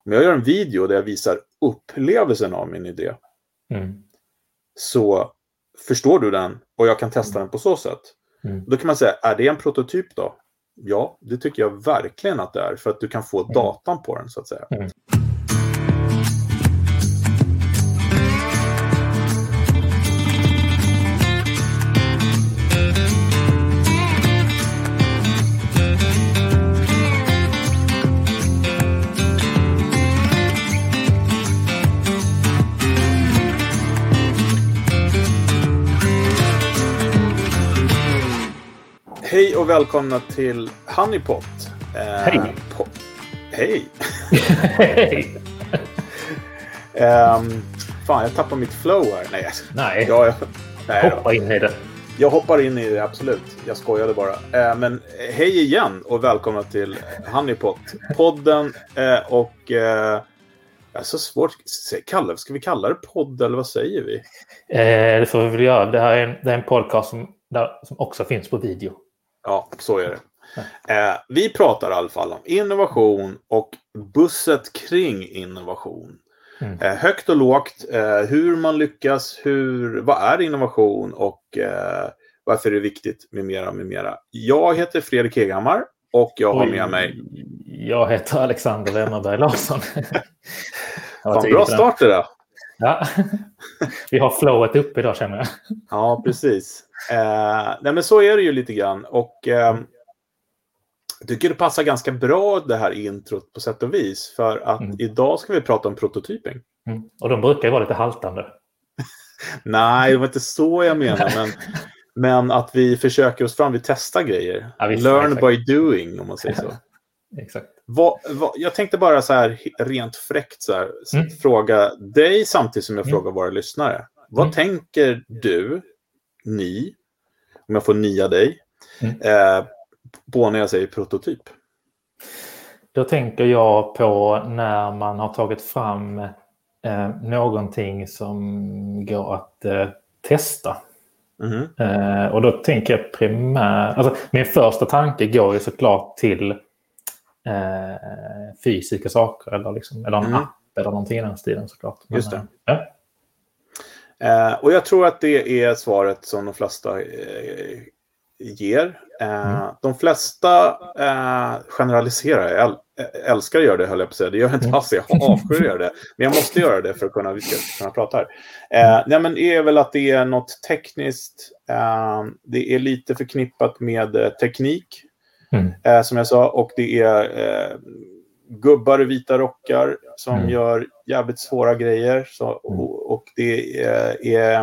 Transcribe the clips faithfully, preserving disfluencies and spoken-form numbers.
Om jag gör en video där jag visar upplevelsen av min idé, Mm. så förstår du den och jag kan testa den på så sätt. Mm. Då kan man säga, är det en prototyp då? Ja, det tycker jag verkligen att det är, för att du kan få Mm. datan på den så att säga. Mm. Hej och välkomna till Honeypot. Eh, Hej. Po- Hej. Hej. um, fan, jag tappar mitt flow här. Nej, Nej, jag, jag, nej hoppa in i det. jag hoppar in i det, absolut. Jag skojade bara. Eh, men hej igen och välkomna till Honeypot. Podden eh, och... Eh, det är så svårt. Kalla, ska vi kalla det podd eller vad säger vi? Eh, det får vi väl göra. Det här är en, det är en podcast som, där, som också finns på video. Ja, så är det. Eh, vi pratar i alla fall om innovation och busset kring innovation. Mm. Eh, högt och lågt, eh, hur man lyckas, hur, vad är innovation och eh, varför är det viktigt med mera, med mera. Jag heter Fredrik Hegammar och jag har Oj, med mig... Jag heter Alexander Wennerberg Larsson. Fan, bra start det där. Ja, vi har flowet upp idag känner jag. Ja, precis. Eh, nej, men så är det ju lite grann. Och eh, jag tycker det passar ganska bra det här introt på sätt och vis. För att Mm. idag ska vi prata om prototyping. Mm. Och de brukar ju vara lite haltande. Nej, det var inte så jag menar. men, men att vi försöker oss fram, vi testar grejer. Ja, visst, Learn exakt. by doing, om man säger så. Exakt. Vad, vad, jag tänkte bara så här rent fräckt så här, Mm. fråga dig samtidigt som jag Mm. frågar våra lyssnare. Vad Mm. tänker du, ni, om jag får nia dig, Mm. eh, på när jag säger prototyp? Då tänker jag på när man har tagit fram eh, någonting som går att eh, testa. Mhm. Eh, och då tänker jag primärt... Alltså, min första tanke går ju såklart till eh, fysiska saker eller, liksom, eller en Mm. app eller någonting i den stilen såklart. Men, Just det. eh, Ja. Eh, och jag tror att det är svaret som de flesta eh, ger. Eh, Mm. De flesta eh, generaliserar. Jag äl- älskar att göra det, höll jag på att säga. Det gör jag inte Mm. alls. Jag avskyr att göra det. Men jag måste göra det för att kunna, vi ska kunna prata här. Eh, nej, men det är väl att det är något tekniskt. Eh, det är lite förknippat med eh, teknik. Mm. Eh, som jag sa. Och det är eh, gubbar i vita rockar som Mm. gör jävligt svåra grejer. Så, och, och det är, är,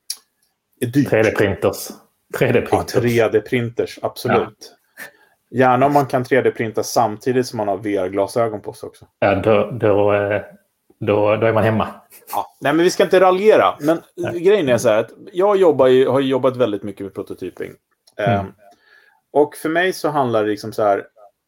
är dyrt. tre D-printers. Ja, tre D-printers. tre D-printers, absolut. Gärna om man kan tre D-printa samtidigt som man har V R-glasögon på sig också. Ja, då, då, eh, då, då är man hemma. Ja. Nej, men vi ska inte raljera. Men Nej. grejen är så här att jag jobbar ju, har jobbat väldigt mycket med prototyping. Mm. Um, och för mig så handlar det liksom så här.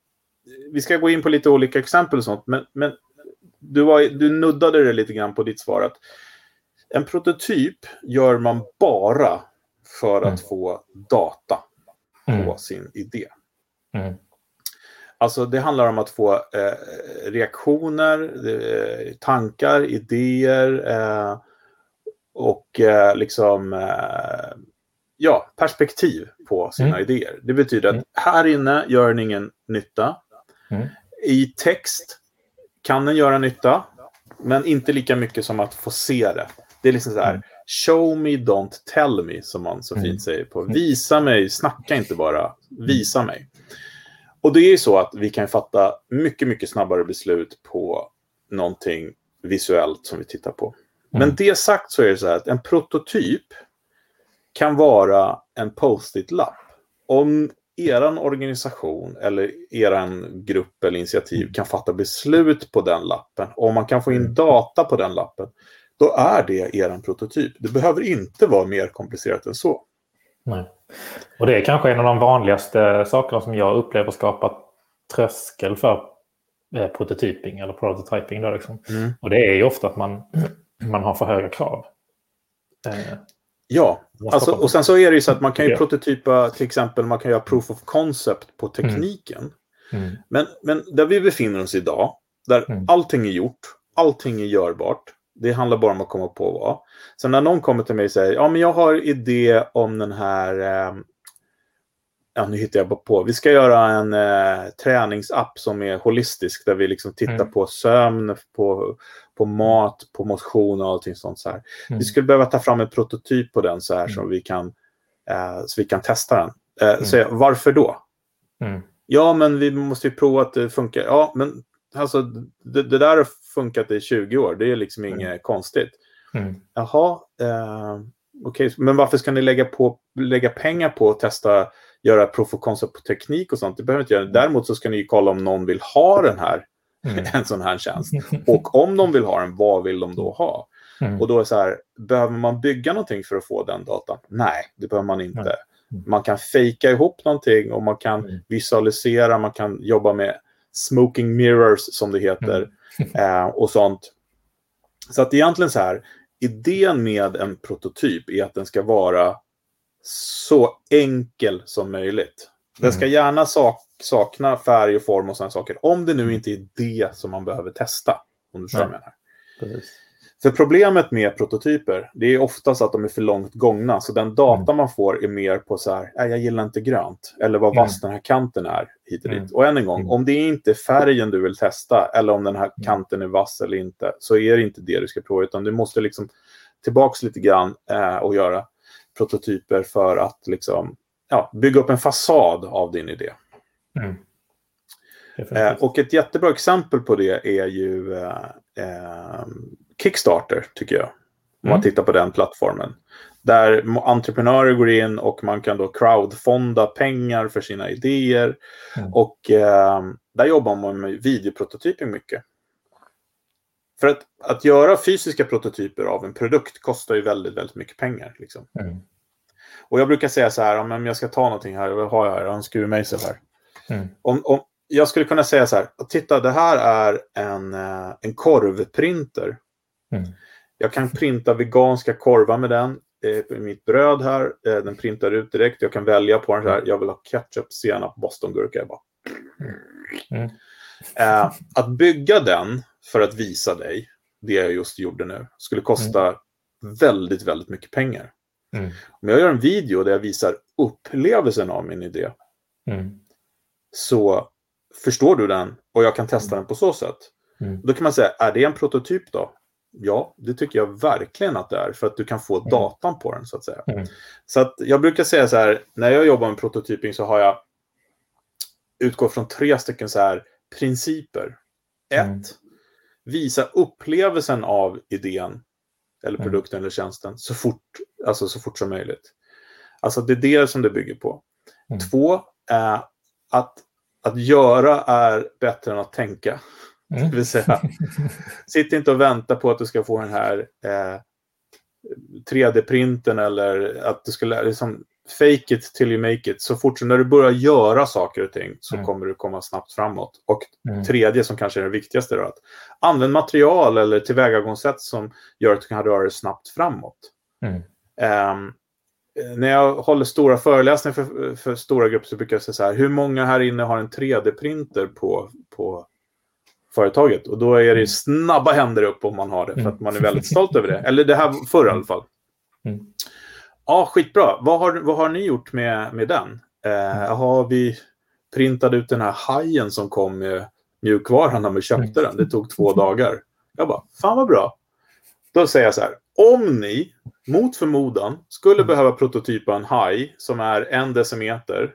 Vi ska gå in på lite olika exempel och sånt. Men, men du, var, du nuddade det lite grann på ditt svar. Att en prototyp gör man bara för att Mm. få data på Mm. sin idé. Mm. Alltså det handlar om att få eh, reaktioner, eh, tankar, idéer eh, och eh, liksom eh, ja, perspektiv på sina Mm. idéer. Det betyder att Mm. här inne gör den ingen nytta. Mm. I text kan den göra nytta, men inte lika mycket som att få se det. Det är liksom så här, Mm. show me, don't tell me, som man så Mm. fint säger på. Visa mig, snacka inte bara, visa mig. Och det är ju så att vi kan fatta mycket, mycket snabbare beslut på någonting visuellt som vi tittar på. Men Mm. det sagt så är det så här att en prototyp kan vara en post-it-lapp. Om eran organisation eller eran grupp eller initiativ kan fatta beslut på den lappen, och om man kan få in data på den lappen, då är det eran prototyp. Det behöver inte vara mer komplicerat än så. Nej. Och det är kanske en av de vanligaste sakerna som jag upplever skapar tröskel för eh, prototyping eller prototyping. Då liksom. Mm. Och det är ju ofta att man, man har för höga krav. Eh, Ja, man alltså, skapar- och sen så är det ju så att man kan ju Ja. prototypa, till exempel man kan göra proof of concept på tekniken. Mm. Men, men där vi befinner oss idag Där Mm. allting är gjort, allting är görbart. Det handlar bara om att komma på vad. Så när någon kommer till mig och säger, ja men jag har idé om den här, eh, ja nu hittar jag bara på, vi ska göra en eh, träningsapp som är holistisk, där vi liksom tittar Mm. på sömn, på, på mat, på motion och allting sånt så här. Mm. Vi skulle behöva ta fram en prototyp på den så här, Mm. så vi kan, eh, så vi kan testa den. Eh, Mm. Så jag, varför då? Mm. Ja, men vi måste ju prova att det funkar. Ja, men alltså det, det där har funkat i tjugo år. Det är liksom inget Mm. konstigt. Mm. Jaha, eh, okej. Okay. Men varför ska ni lägga, på, lägga pengar på att testa, göra proof of concept på teknik och sånt? Det behöver inte göra. Däremot så ska ni ju kolla om någon vill ha den här, Mm. en sån här tjänst. Och om de vill ha den, vad vill de då ha? Mm. Och då är det så här, behöver man bygga någonting för att få den datan? Nej, det behöver man inte. Mm. Man kan fejka ihop någonting och man kan Mm. visualisera, man kan jobba med smoking mirrors som det heter Mm. eh, och sånt. Så att egentligen så här, idén med en prototyp är att den ska vara så enkel som möjligt. Den ska gärna sak- sakna färg och form och sådana saker. Om det nu inte är det som man behöver testa. Om du förstår vad jag menar. Precis. För problemet med prototyper, det är oftast att de är för långt gångna. Så den data man får är mer på så här, nej jag gillar inte grönt. Eller vad vass den här kanten är hit och dit. Mm. Och än en gång, Mm. om det är inte färgen du vill testa, eller om den här kanten är vass eller inte, så är det inte det du ska prova. Utan du måste liksom tillbaks lite grann eh, och göra prototyper för att liksom, ja, bygga upp en fasad av din idé. Mm. Eh, och ett jättebra exempel på det är ju eh, eh, Kickstarter, tycker jag. Om man Mm. tittar på den plattformen. Där entreprenörer går in och man kan då crowdfonda pengar för sina idéer. Mm. Och eh, där jobbar man med videoprototyping mycket. För att, att göra fysiska prototyper av en produkt kostar ju väldigt, väldigt mycket pengar. Liksom. Mm. Och jag brukar säga så här, om jag ska ta någonting här, vad har jag här? Jag har en skruvmejsel här. Mm. Om, om, jag skulle kunna säga så här, titta det här är en, eh, en korvprinter. Mm. Jag kan printa veganska korvar med den. Eh, mitt bröd här, eh, den printar ut direkt. Jag kan välja på den så här, jag vill ha ketchup, senap, bostongurka. Jag bara. Mm. Eh, att bygga den för att visa dig det jag just gjorde nu skulle kosta mm. väldigt, väldigt mycket pengar. Mm. Om jag gör en video där jag visar upplevelsen av min idé Mm. så förstår du den och jag kan testa den på så sätt. Mm. Då kan man säga, är det en prototyp då? Ja, det tycker jag verkligen att det är, för att du kan få Mm. datan på den så att säga. Mm. Så att jag brukar säga så här, när jag jobbar med prototyping så har jag utgår från tre stycken så här principer. Ett, Mm. visa upplevelsen av idén eller produkten mm. eller tjänsten så fort, alltså så fort som möjligt. Alltså det är det som det bygger på. Mm. Två, eh, att, att göra är bättre än att tänka. Mm. Det vill säga, sitt inte och vänta på att du ska få den här eh, tre D-printen eller att du ska liksom fake it till you make it. Så fort som när du börjar göra saker och ting så mm. kommer du komma snabbt framåt. Och mm. tredje som kanske är det viktigaste då, att använd material eller tillvägagångssätt som gör att du kan röra dig snabbt framåt. Mm. Um, när jag håller stora föreläsningar för, för stora grupper så brukar jag säga så här, hur många här inne har en tre D-printer på, på företaget? Och då är det snabba händer upp om man har det, för att man är väldigt stolt över det. Eller det här förr i alla fall. Mm. Ja, skitbra. Vad har, vad har ni gjort med, med den? Eh, har vi printat ut den här hajen som kom med mjukvaran när vi köpte den? Det tog två dagar. Jag bara, fan vad bra. Då säger jag så här, om ni mot förmodan skulle behöva prototypa en haj som är en decimeter,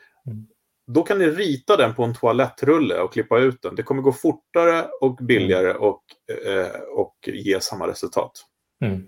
då kan ni rita den på en toalettrulle och klippa ut den. Det kommer gå fortare och billigare och, eh, och ge samma resultat. Mm.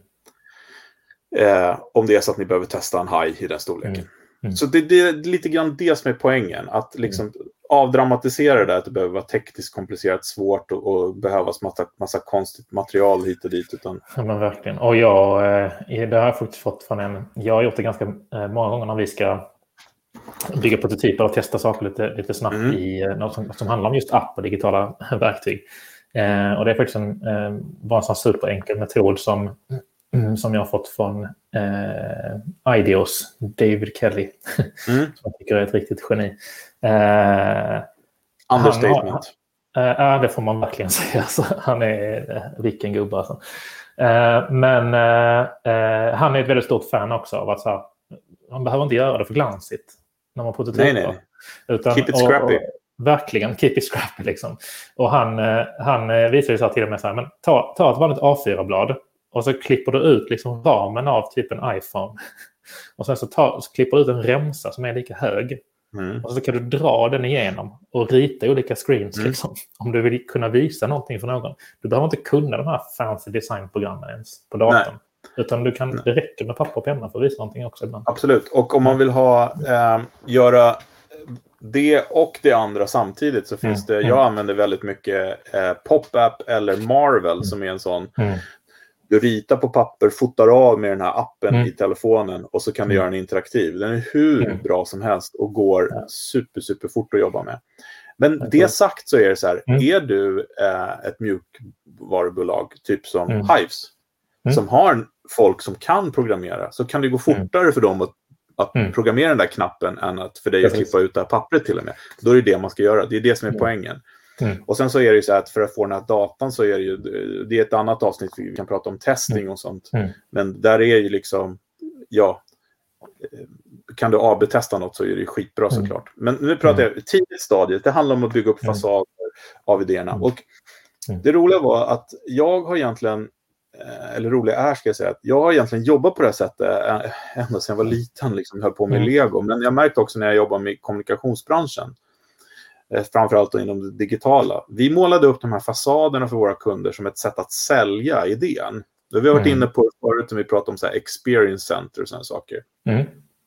Eh, om det är så att ni behöver testa en haj i den storleken. Mm. Mm. Så det, det är lite grann det som är poängen. Att liksom mm. avdramatisera det där, att det behöver vara tekniskt komplicerat, svårt och, och behövas massa, massa konstigt material hit och dit. Utan... Ja, men verkligen. Och jag, det har jag faktiskt fått från en... Jag har gjort det ganska många gånger när vi ska bygga prototyper och testa saker lite, lite snabbt mm. i något som, som handlar om just app och digitala verktyg. Eh, och det är faktiskt en, eh, bara en sån superenkel metod som Mm, som jag har fått från eh, Ideos, David Kelly, mm. som jag tycker är ett riktigt geni. Eh, Understatement. Ja, det får man verkligen säga. Alltså, han är uh, vilken gubbe alltså. Uh, men uh, uh, han är ett väldigt stort fan också av att så här, man behöver inte göra det för glansigt när man prototypar. Nej, nej. Utan, keep it scrappy. Och, och, verkligen, keep it scrappy liksom. Och han, uh, han uh, visar ju så här till och med så här, men ta, ta ett vanligt A fyra-blad och så klipper du ut liksom ramen av typ en iPhone. Och sen så, ta, så klipper du ut en remsa som är lika hög. Mm. Och så kan du dra den igenom och rita olika screens mm. liksom, om du vill kunna visa någonting för någon. Du behöver inte kunna de här fancy designprogrammen ens på datorn. Nej. Utan du kan, det räcker med papper och penna för att visa någonting också ibland. Absolut. Och om man vill ha eh, göra det och det andra samtidigt så finns mm. det, jag använder väldigt mycket eh, Pop-App eller Marvel mm. som är en sån. Mm. Du ritar på papper, fotar av med den här appen mm. i telefonen och så kan du mm. göra en interaktiv. Den är hur mm. bra som helst och går ja. super, super fort att jobba med. Men det sagt så är det så här, mm. är du eh, ett mjukvarubolag typ som mm. Hives mm. som har folk som kan programmera så kan det gå fortare mm. för dem att, att mm. programmera den där knappen än att för dig Precis. att klippa ut det här pappret till och med. Då är det det man ska göra. Det är det som är mm. poängen. Mm. Och sen så är det ju så här att för att få den här datan så är det ju, det är ett annat avsnitt vi kan prata om testing och sånt. Mm. Men där är ju liksom, ja, kan du A B-testa något så är det ju skitbra mm. såklart. Men nu pratar jag tidigt stadiet, det handlar om att bygga upp fasader av idéerna. Mm. Och det roliga var att jag har egentligen, eller roliga är ska jag säga, att jag har egentligen jobbat på det här sättet ända sedan jag var liten, liksom höll på med mm. Lego. Men jag märkte också när jag jobbade med kommunikationsbranschen, framförallt inom det digitala. Vi målade upp de här fasaderna för våra kunder som ett sätt att sälja idén. Vi har varit mm. inne på förut när vi pratade om så här experience center och sådana saker. Mm.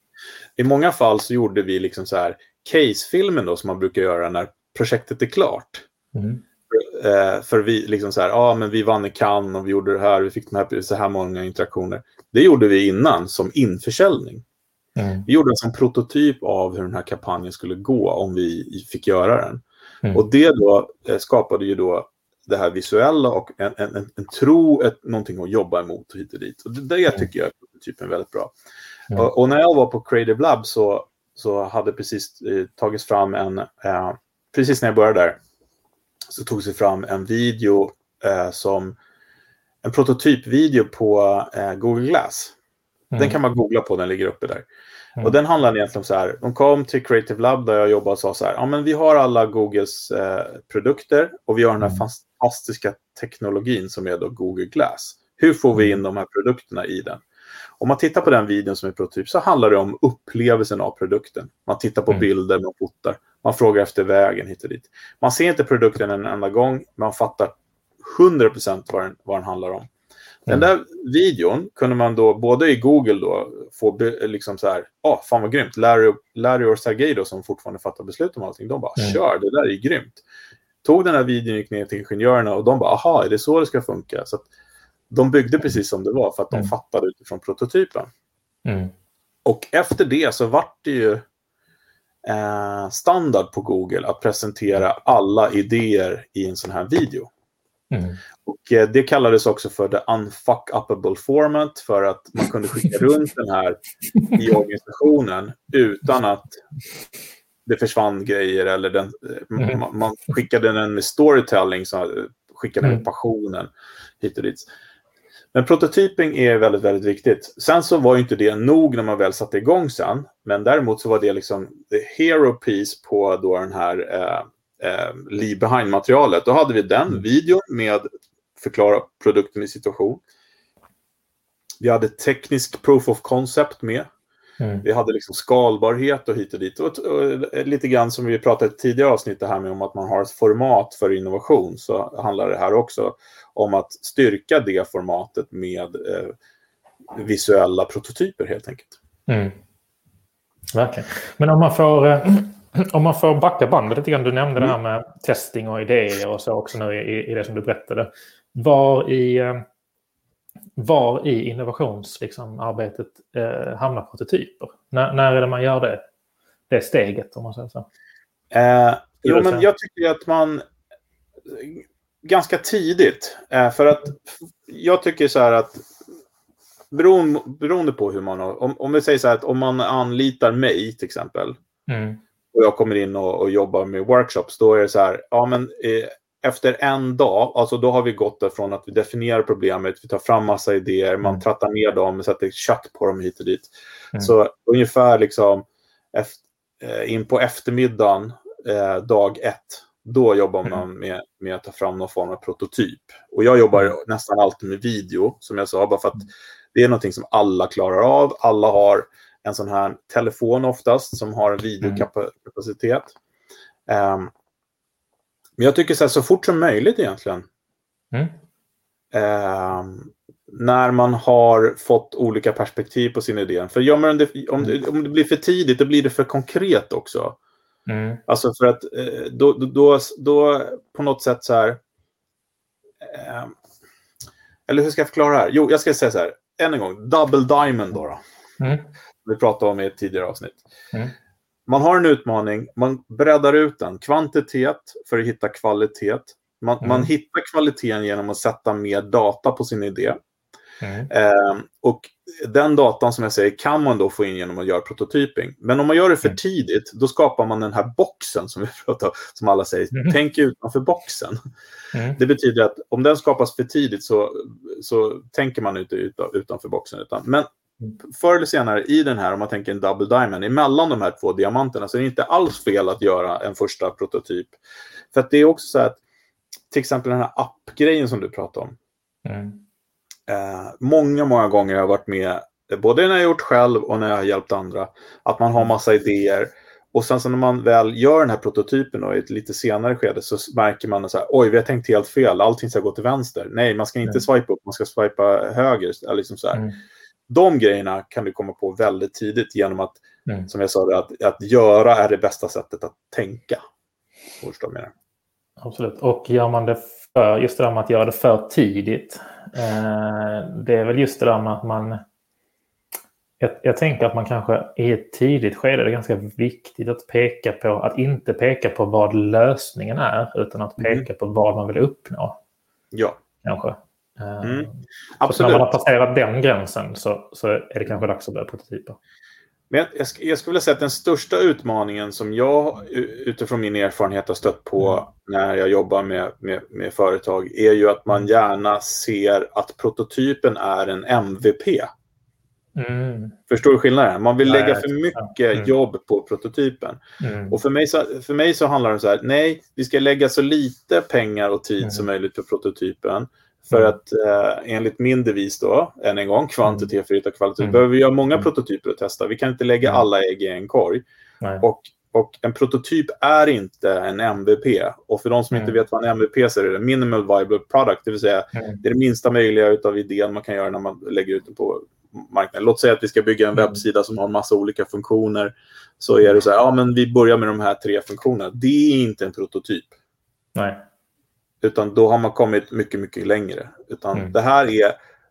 I många fall så gjorde vi liksom så här case-filmen då som man brukar göra när projektet är klart. Mm. För, eh, för vi liksom så här, ja ah, men vi vann i Cannes och vi gjorde det här, vi fick de här, så här många interaktioner. Det gjorde vi innan som införsäljning. Mm. Vi gjorde en sån prototyp av hur den här kampanjen skulle gå om vi fick göra den. Mm. Och det då eh, skapade ju då det här visuella och en, en, en, en tro, ett, någonting att jobba emot och hit och dit. Och det, det tycker jag är prototypen väldigt bra. Mm. Och, och när jag var på Creative Lab så, så hade precis eh, tagits fram en, eh, precis när jag började där, så tog sig fram en video eh, som en prototypvideo på eh, Google Glass. Mm. Den kan man googla på, den ligger uppe där. Mm. Och den handlar egentligen om så här, de kom till Creative Lab där jag jobbade och sa så här, ja men vi har alla Googles eh, produkter och vi har den här mm. fantastiska teknologin som är då Google Glass. Hur får vi in de här produkterna i den? Om man tittar på den videon som är prototyp så handlar det om upplevelsen av produkten. Man tittar på mm. bilder, man fotar, man frågar efter vägen hit och dit. Man ser inte produkten en enda gång, men man fattar hundra procent vad den, vad den handlar om. Den där videon kunde man då både i Google då få be, liksom så här, ja, ah, fan vad grymt. Larry, Larry och Sergej då som fortfarande fattar beslut om allting, de bara, mm. kör, det där är grymt. Tog den här videon, gick ner till ingenjörerna och de bara, aha, är det så det ska funka? Så att de byggde precis som det var för att de mm. fattade utifrån prototypen. Mm. Och efter det så var det ju eh, standard på Google att presentera alla idéer i en sån här video. Mm. Och eh, det kallades också för the unfuck-upable format för att man kunde skicka runt den här i organisationen utan att det försvann grejer eller den, mm. man, man skickade den med storytelling, så skickade den med passionen hit och dit. Men prototyping är väldigt, väldigt viktigt. Sen så var ju inte det nog när man väl satte igång sen, men däremot så var det liksom the hero piece på då den här eh, Eh, leave behind-materialet. Då hade vi den mm. videon med förklara produkten i situation. Vi hade teknisk proof of concept med. Mm. Vi hade liksom skalbarhet och hit och dit. Och, och, och lite grann som vi pratade i tidigare avsnitt det här med om att man har ett format för innovation, så handlar det här också om att styrka det formatet med eh, visuella prototyper helt enkelt. Mm. Verkligen. Men om man får... Eh... Om man får backa bandet lite grann, du nämnde mm. det här med testing och idéer och så också nu i, i det som du berättade. Var i, var i innovationsarbetet liksom, eh, hamnar prototyper? När, när är det man gör det? Det steget om man säger så. Eh, jo, men jag tycker att man ganska tidigt, eh, för att jag tycker så här att beroende, beroende på hur man har, om, om vi säger så här att om man anlitar mig till exempel, mm. och jag kommer in och, och jobbar med workshops, då är det så här, ja men eh, efter en dag, alltså då har vi gått därifrån att vi definierar problemet, vi tar fram massa idéer, man Mm. trattar ner dem, sätter kött på dem hit och dit. Mm. Så ungefär liksom efter, in på eftermiddagen, eh, dag ett, då jobbar man Mm. med, med att ta fram någon form av prototyp. Och jag jobbar Mm. nästan alltid med video, som jag sa, bara för att det är någonting som alla klarar av. Alla har en sån här telefon oftast som har en videokapacitet. Mm. Um, men jag tycker så här, så fort som möjligt egentligen. Mm. Um, när man har fått olika perspektiv på sin idé. För gör man det, om, det, om det blir för tidigt, då blir det för konkret också. Mm. Alltså för att då, då, då, då på något sätt så här... Eh, eller hur ska jag förklara det här? Jo, jag ska säga så här. Än en gång, Double Diamond då. då. Mm. Vi pratade om i ett tidigare avsnitt. Mm. Man har en utmaning, man breddar ut den. Kvantitet för att hitta kvalitet. Man, mm. man hittar kvaliteten genom att sätta mer data på sin idé. Mm. Eh, och den datan som jag säger kan man då få in genom att göra prototyping. Men om man gör det för mm. tidigt, då skapar man den här boxen som vi pratar om, som alla säger, mm. tänk utanför boxen. Mm. Det betyder att om den skapas för tidigt så, så tänker man inte utan, utanför boxen. Utan, men förr eller senare i den här, om man tänker en double diamond, emellan de här två diamanterna, så är det inte alls fel att göra en första prototyp. För att det är också så att till exempel den här appgrejen som du pratade om. Mm. Eh, många, många gånger har jag varit med, både när jag har gjort själv och när jag har hjälpt andra, att man har massa idéer. Och sen så när man väl gör den här prototypen och i ett lite senare skede så märker man så här, oj, vi har tänkt helt fel, allting ska gå till vänster. Nej, man ska inte mm. swipa upp, man ska swipa höger. Liksom så här. Mm. De grejerna kan du komma på väldigt tidigt genom att, mm. som jag sa, att, att göra är det bästa sättet att tänka. Förstår du? Absolut. Och gör man det för, just det där med att göra det för tidigt. Eh, det är väl just det där med att man... Jag, jag tänker att man kanske i ett tidigt skede är det ganska viktigt att peka på, att inte peka på vad lösningen är, utan att peka mm. på vad man vill uppnå. Ja. Kanske. Mm. Absolut. Så när man har passerat den gränsen så, så är det kanske dags att börja prototypa. Men jag, jag, jag skulle vilja säga att den största utmaningen som jag utifrån min erfarenhet har stött på mm. när jag jobbar med, med, med företag är ju att man gärna ser att prototypen är en M V P. Mm. Förstår du skillnaden? Man vill nej, lägga för mycket mm. jobb på prototypen. Mm. Och för mig, så, för mig så handlar det så här, nej, vi ska lägga så lite pengar och tid mm. som möjligt på prototypen. För mm. att eh, enligt min devis då, än en gång, kvantitet för att hitta kvalitet, mm. behöver vi göra många mm. prototyper att testa. Vi kan inte lägga mm. alla ägg i en korg. Och, och en prototyp är inte en M V P. Och för de som mm. inte vet vad en M V P så är det minimal viable product. Det vill säga, mm. det är det minsta möjliga utav idén man kan göra när man lägger ut det på marknaden. Låt säga att vi ska bygga en mm. webbsida som har en massa olika funktioner. Så är det så här, ja men vi börjar med de här tre funktionerna. Det är inte en prototyp. Nej. Utan då har man kommit mycket, mycket längre. Utan mm. det här är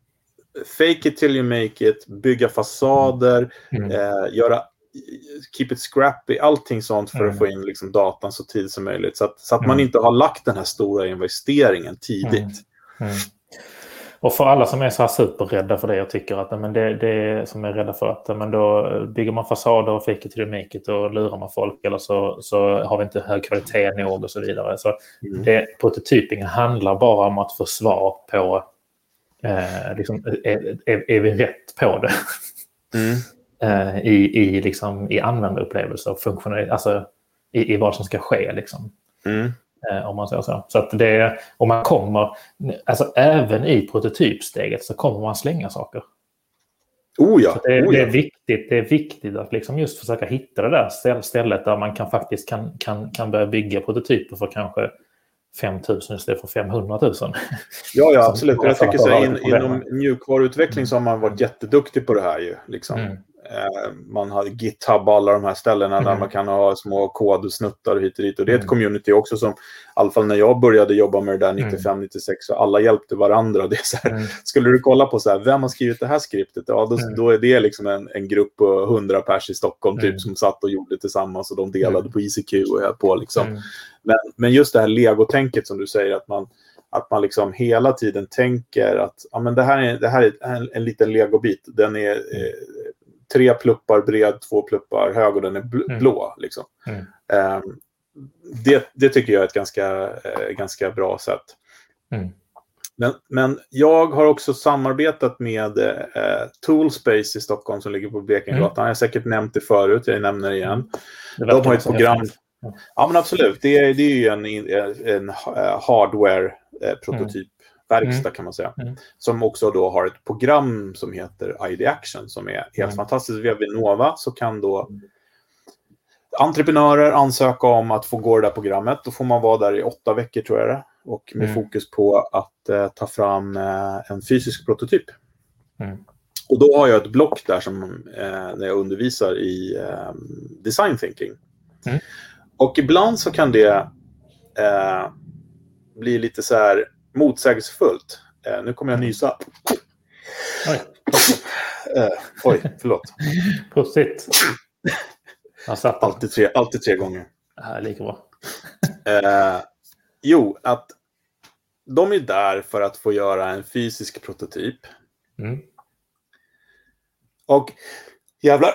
fake it till you make it, bygga fasader, mm. eh, göra keep it scrappy, allting sånt för mm. att få in liksom datan så tidigt som möjligt. Så att, så att mm. man inte har lagt den här stora investeringen tidigt. Mm. Mm. Och för alla som är så här superrädda för det, jag tycker att men det, det som är rädda för att men då bygger man fasader och fake it till you make it och lurar man folk eller så, så har vi inte hög kvalitet nog och så vidare. Så mm. det, prototypingen handlar bara om att få svar på eh, liksom, är, är, är vi rätt på det? Mm. eh, i, i, liksom, i användarupplevelser och funktioner, alltså i, i vad som ska ske liksom. Mm. Eh, om man säger så. Så att det, om man kommer, alltså även i prototypsteget så kommer man slänga saker. Oh ja, det, oh ja. det är viktigt, det är viktigt att liksom just försöka hitta det där stället där man kan faktiskt kan, kan, kan börja bygga prototyper för kanske fem tusen istället för femhundratusen. Ja, ja absolut. Jag tycker så in, inom mjukvaruutveckling så har man varit jätteduktig på det här ju. Liksom. Mm. Man har GitHub, alla de här ställena mm. där man kan ha små kodsnuttar hit och dit. Och det är ett community också som, i alla fall när jag började jobba med det där nittiofem nittiosex, så alla hjälpte varandra. Det är så här, mm. skulle du kolla på så här, vem har skrivit det här skriptet? Ja, då, mm. då är det liksom en, en grupp på hundra pers i Stockholm typ, mm. som satt och gjorde tillsammans och de delade mm. på I C Q och höll på liksom. Mm. Men, men just det här Lego-tänket som du säger, att man att man liksom hela tiden tänker att ja, men det här är, det här är en, en liten Lego-bit. Den är eh, tre pluppar bred, två pluppar hög och den är bl- Mm. blå. Liksom. Mm. Eh, det, det tycker jag är ett ganska, eh, ganska bra sätt. Mm. Men, men jag har också samarbetat med eh, Toolspace i Stockholm som ligger på Blekingegatan. Mm. Jag har säkert nämnt det förut, jag nämner det igen. Det De har ett program... Ja. ja, men absolut. Det är, det är ju en, en, en hardware-prototypverkstad mm. kan man säga. Mm. Som också då har ett program som heter I D Action som är helt mm. fantastiskt. Via Vinnova så kan då entreprenörer ansöka om att få gå det där programmet. Då får man vara där i åtta veckor tror jag det. Och med mm. fokus på att eh, ta fram eh, en fysisk prototyp. Mm. Och då har jag ett block där som eh, när jag undervisar i eh, design thinking. Mm. Och ibland så kan det eh, bli lite så här motsägelsefullt. Eh, nu kommer jag nysa. Oj, eh, oj förlåt. Prosit. Alltid tre, alltid tre gånger. Ja, lika bra. eh, jo, att de är där för att få göra en fysisk prototyp. Mm. Och jävlar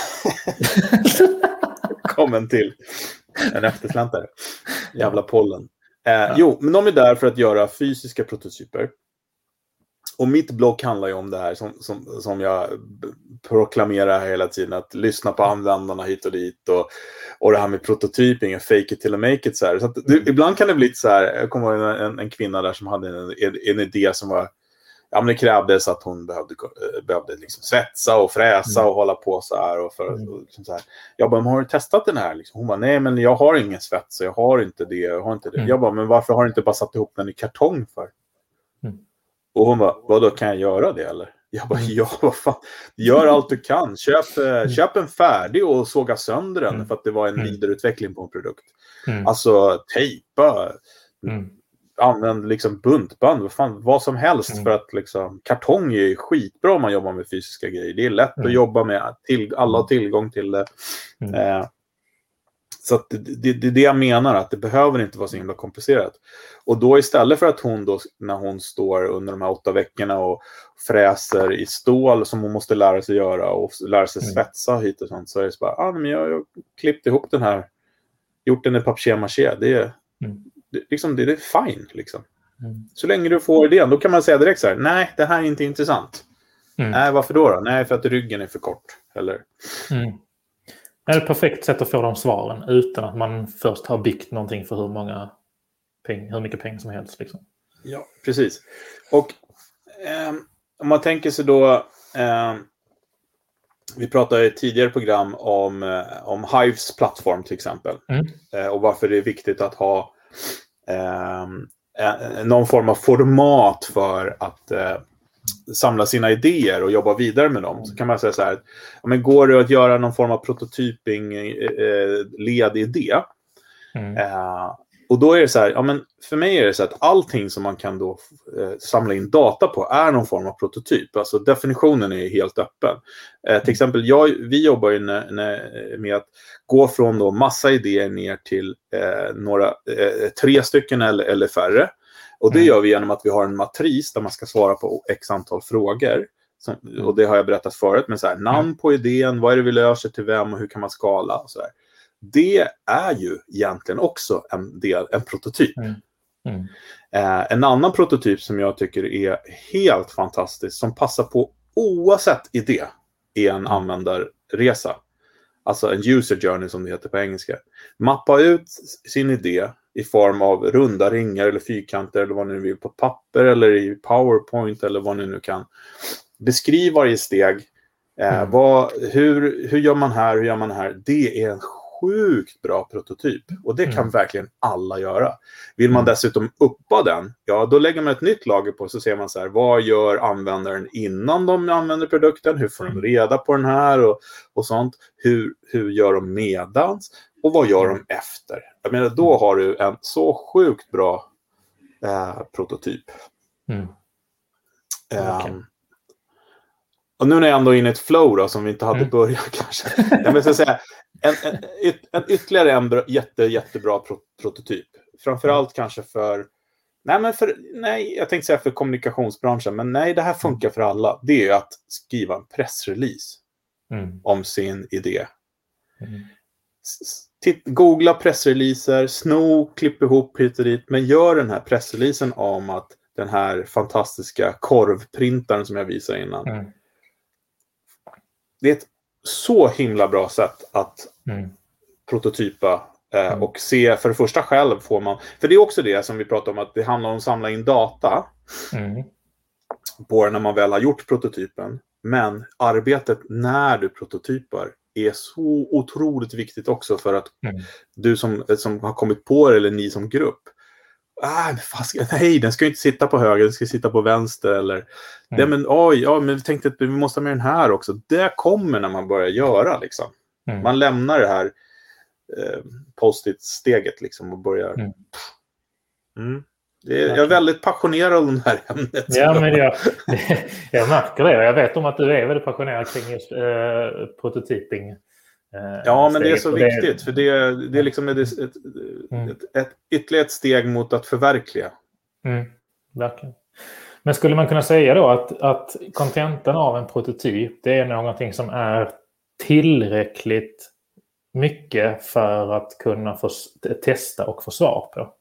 kom en till en eftersläntare. Jävla pollen. Eh, ja. Jo, men de är där för att göra fysiska prototyper. Och mitt blogg handlar ju om det här som, som, som jag proklamerar hela tiden. Att lyssna på användarna hit och dit. Och, och det här med prototyping och fake it till make it. Så, här. Så att, det, ibland kan det bli så här. Jag kommer ihåg en, en kvinna där som hade en, en, en idé som var... Ja, men det krävdes att hon behövde, behövde liksom svetsa och fräsa mm. och hålla på så här. Och för, mm. och liksom så här. Jag bara, men har du testat den här? Liksom. Hon bara, nej men jag har ingen svets. Jag har inte det. Jag har inte det. Mm. Jag bara, men varför har du inte bara satt ihop den i kartong för? Mm. Och hon bara, vadå, kan jag göra det eller? Jag bara, ja vad fan. Gör allt du kan. Köp, mm. köp en färdig och såga sönder den. Mm. För att det var en mm. vidareutveckling på en produkt. Mm. Alltså tejpa. Mm. Använd liksom buntband, vad, fan, vad som helst mm. för att liksom, kartong är skitbra om man jobbar med fysiska grejer. Det är lätt mm. att jobba med, till, alla har tillgång till det. Mm. Eh, så att det, det, det är det jag menar, att det behöver inte vara så himla komplicerat. Och då istället för att hon då, när hon står under de här åtta veckorna och fräser i stål som hon måste lära sig göra och lära sig svetsa mm. hit och sånt, så är det så bara, ah, men jag har klippt ihop den här, gjort den i papier-maché, det är mm. Det, liksom, det, det är fine liksom. Mm. Så länge du får idén, då kan man säga direkt så här, nej, det här är inte intressant. Mm. Nej, varför då, då? Nej, för att ryggen är för kort. Eller... Mm. Det är ett perfekt sätt att få de svaren utan att man först har byggt någonting för hur många peng, hur mycket pengar som helst. Liksom. Ja, precis. Och eh, om man tänker sig då, eh, vi pratade i ett tidigare program om, eh, om Hives plattform till exempel. Mm. Eh, och varför det är viktigt att ha Eh, någon form av format för att eh, samla sina idéer och jobba vidare med dem. Så kan man säga så här, ja, men går det att göra någon form av prototyping eh, ledidé? Mm. Eh, och då är det så här, ja, men för mig är det så att allting som man kan då eh, samla in data på är någon form av prototyp. Alltså definitionen är helt öppen. Eh, till exempel, jag, vi jobbar ju när, när, med att gå från då massa idéer ner till eh, några, eh, tre stycken eller, eller färre. Och det mm. gör vi genom att vi har en matris där man ska svara på x antal frågor. Som, och det har jag berättat förut, men så här, namn på idén, vad är det vi löser till vem och hur kan man skala och så här. Det är ju egentligen också en del, en prototyp. Mm. Mm. Eh, en annan prototyp som jag tycker är helt fantastisk, som passar på oavsett idé, är en mm. användarresa. Alltså en user journey som det heter på engelska. Mappa ut sin idé i form av runda ringar eller fyrkanter eller vad ni vill på papper eller i PowerPoint eller vad ni nu kan. Beskriv varje steg. Eh, mm. vad, hur, hur gör man här, hur gör man här? Det är en sjukt bra prototyp. Och det kan mm. verkligen alla göra. Vill man dessutom uppa den, ja då lägger man ett nytt lager på, så ser man så här, vad gör användaren innan de använder produkten? Hur får de reda på den här och, och sånt? Hur, hur gör de medans? Och vad gör de efter? Jag menar, då har du en så sjukt bra eh, prototyp. Mm. Okay. Um, och nu när jag ändå är inne i ett flow då, som vi inte hade mm. börjat kanske. Jag vill säga, en, en, en, en ytterligare en bra, jätte, jättebra pro, prototyp. Framförallt mm. kanske för nej, men för, nej, jag tänkte säga för kommunikationsbranschen, men nej, det här funkar för alla. Det är ju att skriva en pressrelease. mm. om sin idé. Mm. Titt, googla pressreleaser, sno, klipp ihop hit och dit, men gör den här pressreleasen om att den här fantastiska korvprintaren som jag visade innan. Mm. Det är ett så himla bra sätt att mm. prototypa eh, mm. och se, för det första själv får man, för det är också det som vi pratar om, att det handlar om att samla in data Mm. på när man väl har gjort prototypen, men arbetet när du prototypar är så otroligt viktigt också, för att mm. du som, som har kommit på det, eller ni som grupp, ah, fast, nej, den ska inte sitta på höger, den ska sitta på vänster, eller mm. nej, men oj, ja, men vi tänkte att vi måste ha med den här också. Det kommer när man börjar göra liksom. Mm. Man lämnar det här eh, post-it-steget liksom och börjar mm. Mm. Det är, jag är väldigt passionerad om det här ämnet. Ja, men jag, jag märker det. Jag vet om att du är väldigt passionerad kring just eh, prototyping. Eh, ja, men det är så det, viktigt. För det, det är liksom ett, ett, ett, mm. ett, ett ytterligare ett steg mot att förverkliga. Mm, verkligen. Men skulle man kunna säga då att, att kontentan av en prototyp, det är någonting som är tillräckligt mycket för att kunna få testa och få svar på?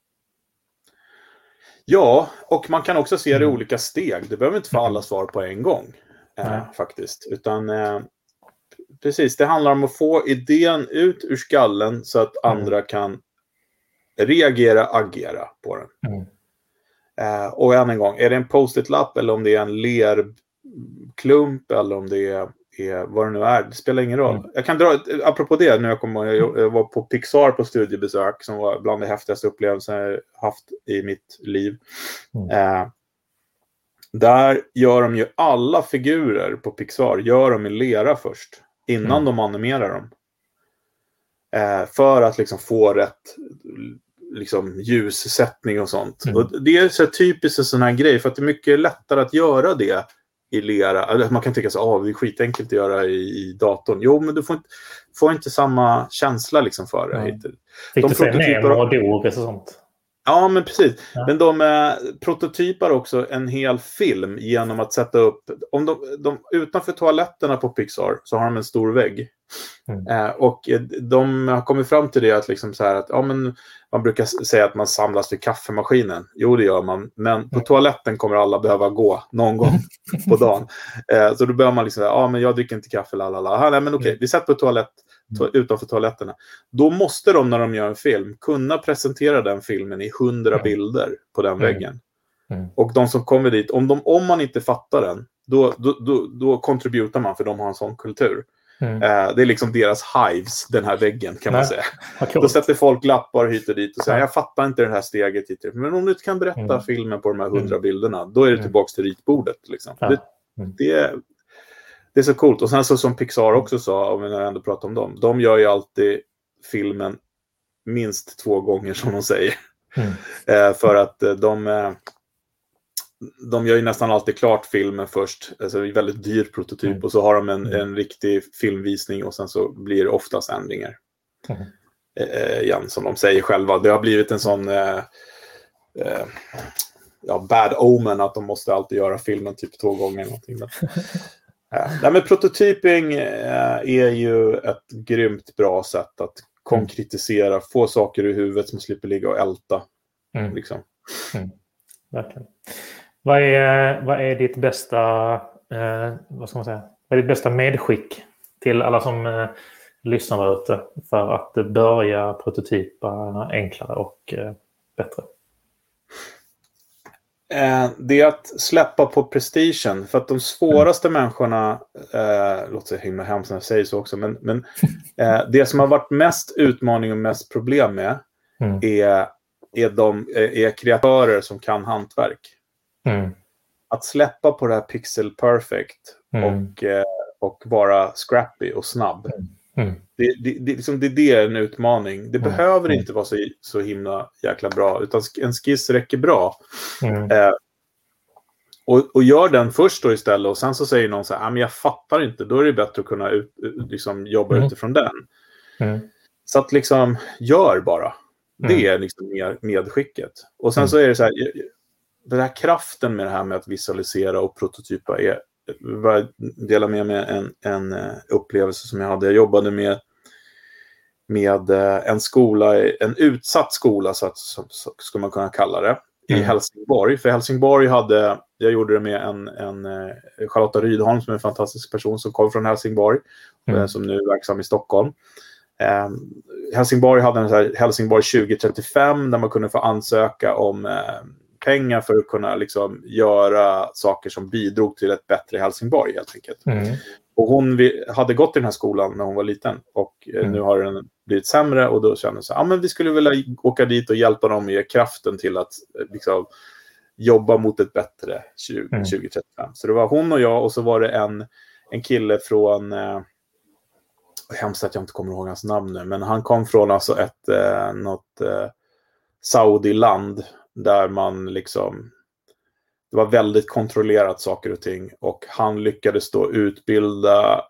Ja, och man kan också se det i mm. olika steg. Det behöver inte få alla svar på en gång. Eh, faktiskt. Utan eh, precis, det handlar om att få idén ut ur skallen så att mm. andra kan reagera, agera på den. Mm. Eh, och än en gång, är det en post-it-lapp eller om det är en lerklump eller om det är, är vad det nu är, det spelar ingen roll. Mm. Jag kan dra, apropå det, när jag, kom, jag, jag var på Pixar på studiebesök, som var bland de häftigaste upplevelser jag haft i mitt liv. Mm. Eh, där gör de ju alla figurer på Pixar, gör de i lera först, innan mm. de animerar dem. Eh, för att liksom få rätt liksom ljussättning och sånt. Mm. Och det är så typiskt en sån här grej, för att det är mycket lättare att göra det i lera. Eller man kan tycka så, ah, det är skitenkelt att göra i, i datorn. Jo, men du får inte, får inte samma känsla liksom för det. Mm. Fick de du se Nemo och Doris och sånt? Ja, men precis. Ja. Men de eh, prototypar också en hel film genom att sätta upp, om de, de utanför toaletterna på Pixar så har de en stor vägg. Mm. Eh, och de har kommit fram till det att liksom så här att ja, men man brukar säga att man samlas vid kaffemaskinen. Jo, det gör man. Men på mm. toaletten kommer alla behöva gå någon gång på dagen. Eh, så då börjar man liksom, ja, men jag dricker inte kaffe, lalala. Nej, men okej, okay, vi sätter på toalett to- utanför toaletterna. Då måste de, när de gör en film, kunna presentera den filmen i hundra mm. bilder på den mm. väggen. Mm. Och de som kommer dit, om, de, om man inte fattar den, då, då, då, då kontributar man, för de har en sån kultur. Mm. Uh, det är liksom deras hives, den här väggen kan man säga. Då sätter folk lappar hit och dit och säger, ja. jag fattar inte det här steget hit. Men om du inte kan berätta mm. filmen på de här hundra mm. bilderna, då är det tillbaka till ritbordet. Liksom. Ja. Det, mm. det, är, det är så coolt. Och sen så som Pixar också sa, om vi ändå pratar om dem, de gör ju alltid filmen minst två gånger, som de säger. Mm. Uh, för att de... Uh, De gör ju nästan alltid klart filmen först. Alltså en väldigt dyr prototyp. Mm. Och så har de en, mm. en riktig filmvisning. Och sen så blir det oftast ändringar. Mm. Eh, igen, som de säger själva. Det har blivit en sån... Eh, eh, ja, bad omen. Att de måste alltid göra filmen typ två gånger. Någonting. eh, nej, men prototyping eh, är ju ett grymt bra sätt att konkretisera. Mm. Få saker i huvudet som slipper ligga och älta. Mm. Liksom. Mm. Verkligen. Vad är, vad är ditt bästa eh, vad ska man säga? Vad är ditt bästa medskick till alla som eh, lyssnar där ute för att börja prototypa enklare och eh, bättre? Eh, det är att släppa på prestigen, för att de svåraste mm. människorna, eh, låter sig himla hemskt när jag säger så också, men, men eh, det som har varit mest utmaning och mest problem med mm. är, är, de, är kreatörer som kan hantverk. Mm. Att släppa på det här pixel perfect mm. och, eh, och vara scrappy och snabb. Mm. Mm. Det, det, det, liksom, det, det är en utmaning. Det mm. behöver mm. inte vara så, så himla jäkla bra, utan en skiss räcker bra. Mm. Eh, och, och gör den först då istället, och sen så säger någon så här, ah, men jag fattar inte, då är det bättre att kunna ut, liksom, jobba mm. utifrån den. Mm. Så att liksom, gör bara. Mm. Det är liksom med, medskicket. Och sen mm. så är det så här, den här kraften med det här med att visualisera och prototypa är bara dela med mig en, en upplevelse som jag hade. Jag jobbade med, med en skola, en utsatt skola så, att, så, så ska man kunna kalla det, i mm. Helsingborg. För Helsingborg hade, jag gjorde det med en, en Charlotta Rydholm som är en fantastisk person som kom från Helsingborg, mm. som nu är verksam i Stockholm. Eh, Helsingborg hade en så här Helsingborg tjugo trettiofem där man kunde få ansöka om eh, pengar för att kunna liksom göra saker som bidrog till ett bättre Helsingborg helt enkelt. Mm. Och hon vi, hade gått i den här skolan när hon var liten och eh, mm. nu har den blivit sämre och då kände jag så här, ja men vi skulle vilja åka dit och hjälpa dem med kraften till att eh, liksom jobba mot ett bättre tjugo trettiofem. Så det var hon och jag och så var det en, en kille från eh, hemskt att jag inte kommer ihåg hans namn nu, men han kom från alltså ett eh, något eh, Saudi-land där man liksom det var väldigt kontrollerat saker och ting och han lyckades då utbilda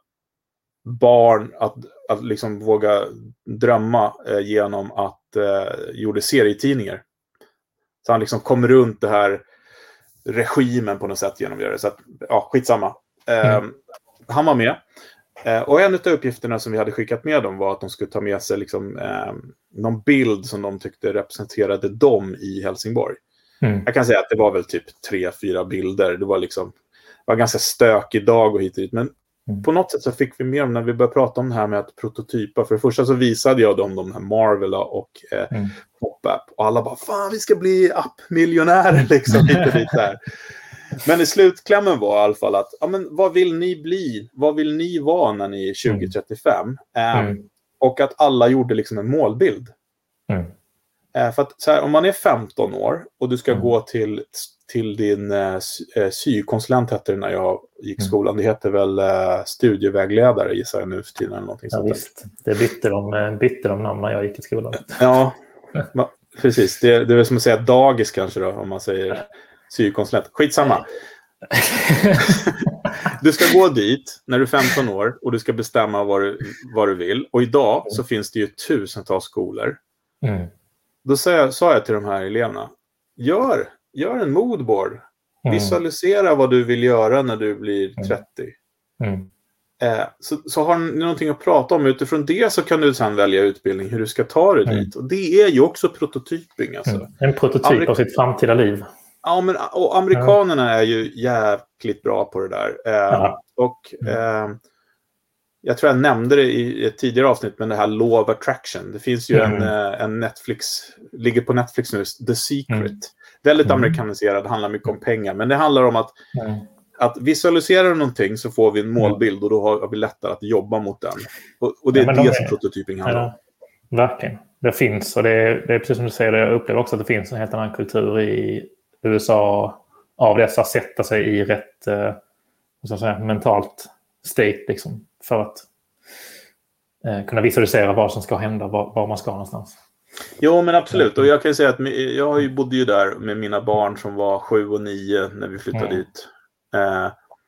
barn att, att liksom våga drömma eh, genom att eh, gjorde serietidningar. Så han liksom kom runt det här regimen på något sätt genom att göra det. Så att, ja, skitsamma. Eh, mm. Han var med. Eh, och en av uppgifterna som vi hade skickat med dem var att de skulle ta med sig liksom, eh, någon bild som de tyckte representerade dem i Helsingborg. Mm. Jag kan säga att det var väl typ tre, fyra bilder. Det var liksom det var en ganska stökig dag och hit och dit. Men mm. på något sätt så fick vi med dem när vi började prata om det här med att prototypa. För det första så visade jag dem de här Marvel och eh, mm. Pop-App. Och alla bara, fan vi ska bli app-miljonärer liksom hit och dit där. Men i slutklämmen var i alla fall att ja, men vad vill ni bli? Vad vill ni vara när ni är tjugo trettiofem? Mm. Um, och att alla gjorde liksom en målbild. Mm. Uh, för att så här, om man är femton år och du ska mm. gå till, till din uh, sykonsulent hette det när jag gick skolan. Det heter väl uh, studievägledare gissar jag nu för tiden eller någonting ja, sånt. Visst. Det bytte de, bytte de namn när jag gick i skolan. Ja, ma- precis. Det, det är som att säga dagis kanske då om man säger sykonsulent. Skitsamma. Du ska gå dit när du är femton år och du ska bestämma vad du, vad du vill. Och idag så finns det ju tusentals skolor. Mm. Då sa jag, sa jag till de här eleverna, gör, gör en moodboard. Mm. Visualisera vad du vill göra när du blir trettio. Mm. Eh, så, så har ni någonting att prata om. Utifrån det så kan du sedan välja utbildning hur du ska ta dig mm. dit. Och det är ju också prototyping. Alltså. Mm. En prototyp Amerik- av sitt framtida liv. Ja, men och amerikanerna mm. är ju jäkligt bra på det där. Eh, och eh, jag tror jag nämnde det i ett tidigare avsnitt, men det här Law of Attraction. Det finns ju mm. en, en Netflix, ligger på Netflix nu, The Secret. Mm. Väldigt mm. amerikaniserad, handlar mycket om pengar. Men det handlar om att, mm. att visualisera någonting så får vi en målbild och då har vi lättare att jobba mot den. Och, och det är ja, det de som är, prototyping handlar om. Ja, verkligen. Det finns, och det är, det är precis som du säger, jag upplever också att det finns en helt annan kultur i U S A av dessa sätta sig i rätt eh, så att säga, mentalt state liksom, för att eh, kunna visualisera vad som ska hända, var, var man ska någonstans. Jo, men absolut. Och jag kan säga att jag bodde ju där med mina barn som var sju och nio när vi flyttade mm. dit. Eh,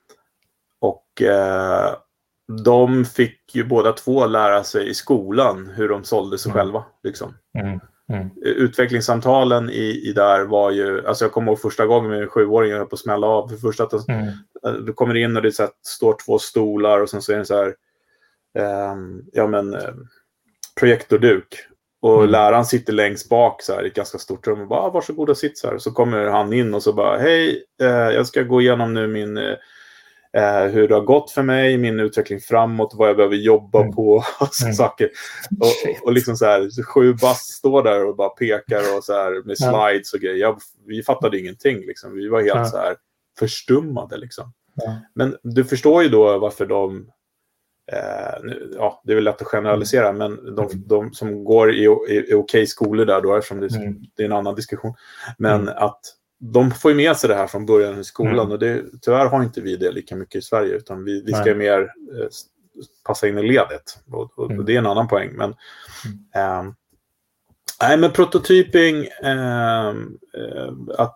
och eh, de fick ju båda två lära sig i skolan hur de sålde sig mm. själva. Liksom. Mm. Mm. Utvecklingssamtalen i, i där var ju, alltså jag kommer ihåg första gången med sjuåringen jag på att smälla av. För första att mm. du kommer in och det så här, står två stolar och sen så är det så här eh, ja men eh, projektorduk. Och mm. läraren sitter längst bak så här i ett ganska stort rum och bara, ah, varsågod och sitt så här. Så kommer han in och så bara, hej, eh, jag ska gå igenom nu min, eh, hur det har gått för mig, min utveckling framåt, vad jag behöver jobba mm. på och så mm. saker. Och, och liksom så här, så sju bast står där och bara pekar och så här med slides och grejer. Jag, vi fattade ingenting liksom. Vi var helt ja. så här förstummade liksom. Ja. Men du förstår ju då varför de Eh, ja, det är väl lätt att generalisera mm. men de, de som går i, i, i okej skolor där då, eftersom det, mm. det är en annan diskussion, men mm. att de får ju med sig det här från början i skolan mm. och det, tyvärr har inte vi det lika mycket i Sverige utan vi, vi ska Nej. mer eh, passa in i ledet och, och, mm. och det är en annan poäng men mm. eh, nej men prototyping eh, eh, att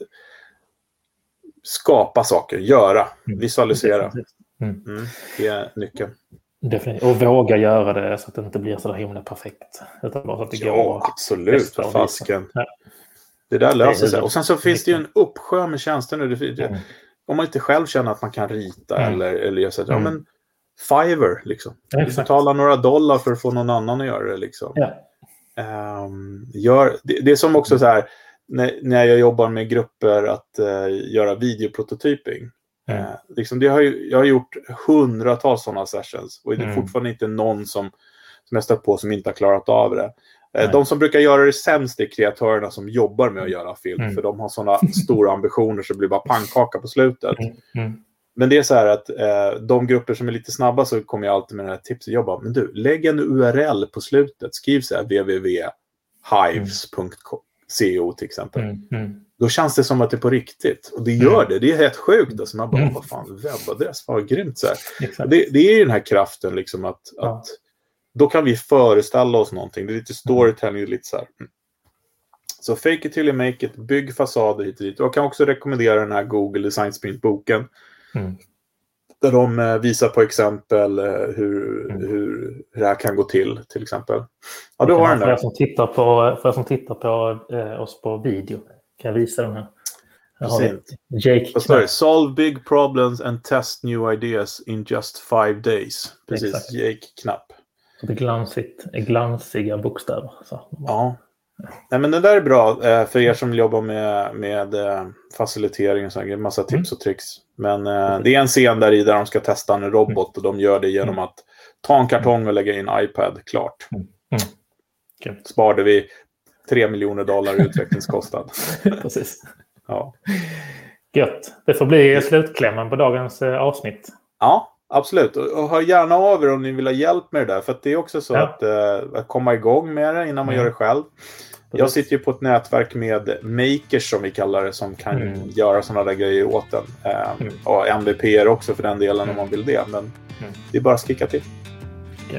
skapa saker, göra, mm. visualisera. Mm. Mm, det är nyckeln. Definitivt. Och våga göra det så att det inte blir så där himla perfekt. Utan bara så att det ja, går absolut. För fasken. Ja. Det där löser sig. Och sen så finns det ju en uppsjö med tjänster nu. Det, mm. om man inte själv känner att man kan rita mm. eller, eller göra så att, mm. ja men Fiverr liksom. Ja, du betalar några dollar för att få någon annan att göra det liksom. Ja. Um, gör, det, det är som också så här när, när jag jobbar med grupper att uh, göra videoprototyping. Mm. Uh, liksom det har ju, jag har gjort hundratals sådana sessions och det är mm. fortfarande inte någon som, som jag stött på som inte har klarat av det. Uh, de som brukar göra det sämst är kreatörerna som jobbar med att göra film mm. för de har sådana stora ambitioner så det blir bara pannkaka på slutet. Mm. Mm. Men det är så här att uh, de grupper som är lite snabba så kommer jag alltid med det här tipset. Jag bara, men du, lägg en U R L på slutet. Skriv så här w w w punkt hives punkt co till exempel. Mm. Mm. Då känns det som att det är på riktigt. Och det gör mm. det. Det är helt sjukt. Alltså man bara, mm. vad fan, webbadress, vad grymt så här. Det, det är ju den här kraften liksom att, ja. att då kan vi föreställa oss någonting. Det är lite storytelling, lite så här. Mm. Så fake it till you make it. Bygg fasader hit och dit. Jag kan också rekommendera den här Google Design Sprint-boken. Mm. Där de visar på exempel hur, mm. hur, hur det här kan gå till, till exempel. Ja, du har den där. För er som tittar på, för er som tittar på eh, oss på video kan jag visa den här. Här har vi Jake sorry, Solve big problems and test new ideas in just five days. Precis, exakt. Jake Knapp. Så det är glansigt, glansiga bokstäver. Så. Ja. Nej, men det där är bra för er som jobbar med, med facilitering och så här, massa tips mm. och tricks. Men eh, det är en scen där i där de ska testa en robot och de gör det genom att ta en kartong och lägga in iPad, klart. Mm. Mm. Okay. Sparade vi tre miljoner dollar i utvecklingskostnad. Precis. Ja. Gött. Det får bli slutklämmen på dagens eh, avsnitt. Ja, absolut. Och, och hör gärna av er om ni vill ha hjälp med det där. För att det är också så ja. att, eh, att komma igång med det innan man mm. gör det själv. Jag sitter ju på ett nätverk med makers som vi kallar det som kan mm. göra sådana där grejer åt den. Eh, mm. Och M V P också för den delen mm. om man vill det. Men mm. det är bara att skicka till. Okay.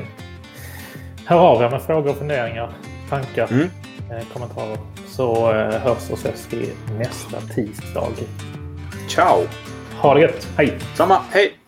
Här har vi med frågor och funderingar, tankar, mm. eh, kommentarer. Så eh, hörs och ses vi nästa tisdag. Ciao! Ha det gött, hej! Samma, hej!